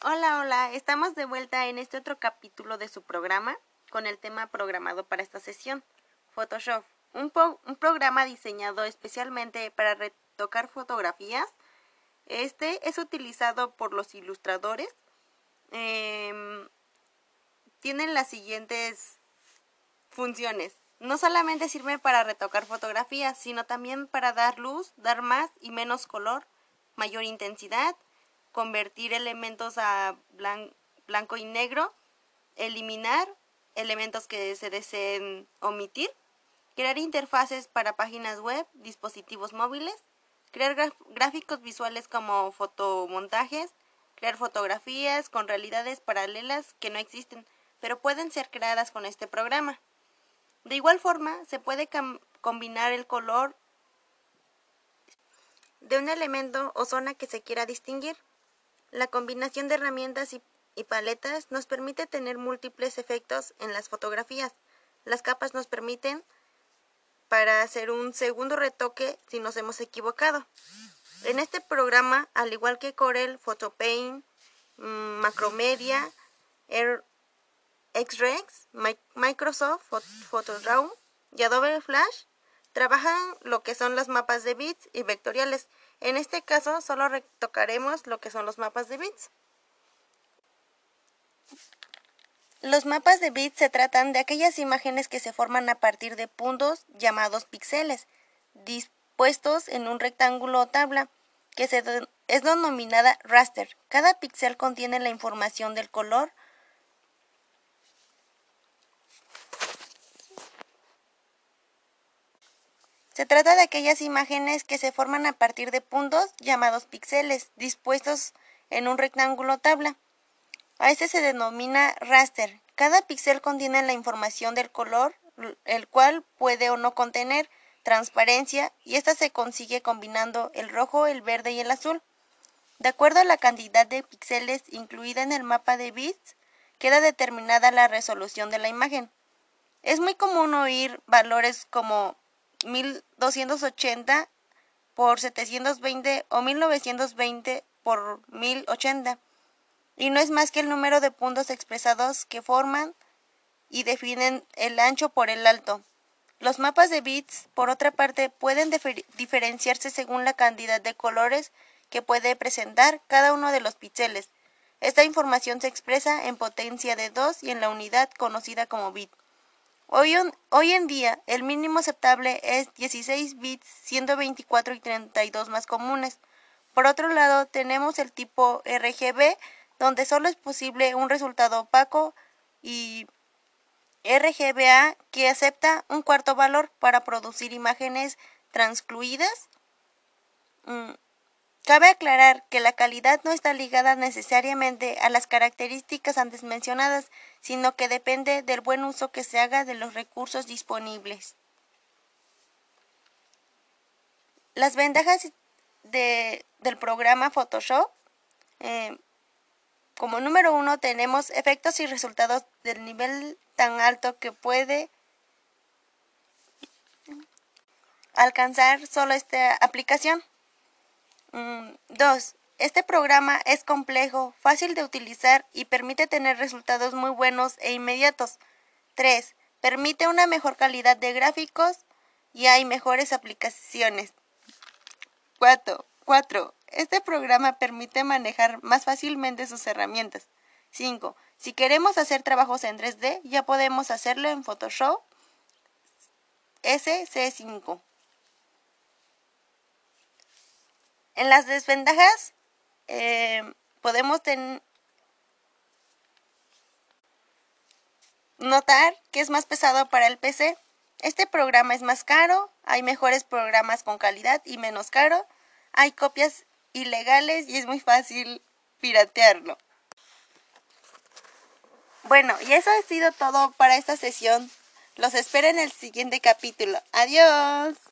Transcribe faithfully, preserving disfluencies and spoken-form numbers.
Hola, hola, estamos de vuelta en este otro capítulo de su programa con el tema programado para esta sesión, Photoshop, un, po un programa diseñado especialmente para retocar fotografías. Este es utilizado por los ilustradores. Eh, tienen las siguientes funciones. No solamente sirve para retocar fotografías, sino también para dar luz, dar más y menos color, mayor intensidad, convertir elementos a blan blanco y negro, eliminar elementos que se deseen omitir, crear interfaces para páginas web, dispositivos móviles, crear graf gráficos visuales como fotomontajes, crear fotografías con realidades paralelas que no existen, pero pueden ser creadas con este programa. De igual forma, se puede combinar el color de un elemento o zona que se quiera distinguir. La combinación de herramientas y, y paletas nos permite tener múltiples efectos en las fotografías. Las capas nos permiten para hacer un segundo retoque si nos hemos equivocado. En este programa, al igual que Corel, Photopaint, mmm, Macromedia, Air X-Rex, Microsoft Photodraw y Adobe Flash trabajan lo que son los mapas de bits y vectoriales. En este caso solo retocaremos lo que son los mapas de bits. Los mapas de bits se tratan de aquellas imágenes que se forman a partir de puntos llamados píxeles, dispuestos en un rectángulo o tabla, que se es denominada raster. Cada píxel contiene la información del color, Se trata de aquellas imágenes que se forman a partir de puntos llamados píxeles, dispuestos en un rectángulo o tabla. A este se denomina raster. Cada píxel contiene la información del color, el cual puede o no contener transparencia, y esta se consigue combinando el rojo, el verde y el azul. De acuerdo a la cantidad de píxeles incluida en el mapa de bits, queda determinada la resolución de la imagen. Es muy común oír valores como mil doscientos ochenta por setecientos veinte o mil novecientos veinte por mil ochenta, y no es más que el número de puntos expresados que forman y definen el ancho por el alto. Los mapas de bits, por otra parte, pueden diferenciarse según la cantidad de colores que puede presentar cada uno de los píxeles. Esta información se expresa en potencia de dos y en la unidad conocida como bit. Hoy, hoy en día, el mínimo aceptable es dieciséis bits, siendo veinticuatro y treinta y dos más comunes. Por otro lado, tenemos el tipo R G B, donde solo es posible un resultado opaco, y R G B A, que acepta un cuarto valor para producir imágenes transcluidas. Mm. Cabe aclarar que la calidad no está ligada necesariamente a las características antes mencionadas, sino que depende del buen uso que se haga de los recursos disponibles. Las ventajas de, del programa Photoshop. Eh, como número uno tenemos efectos y resultados del nivel tan alto que puede alcanzar solo esta aplicación. dos. Este programa es complejo, fácil de utilizar y permite tener resultados muy buenos e inmediatos. tres. Permite una mejor calidad de gráficos y hay mejores aplicaciones. cuatro. cuatro. Este programa permite manejar más fácilmente sus herramientas. cinco. Si queremos hacer trabajos en tres D, ya podemos hacerlo en Photoshop S C cinco. En las desventajas, eh, podemos ten notar que es más pesado para el P C. Este programa es más caro, hay mejores programas con calidad y menos caro, hay copias ilegales y es muy fácil piratearlo. Bueno, y eso ha sido todo para esta sesión. Los espero en el siguiente capítulo. ¡Adiós!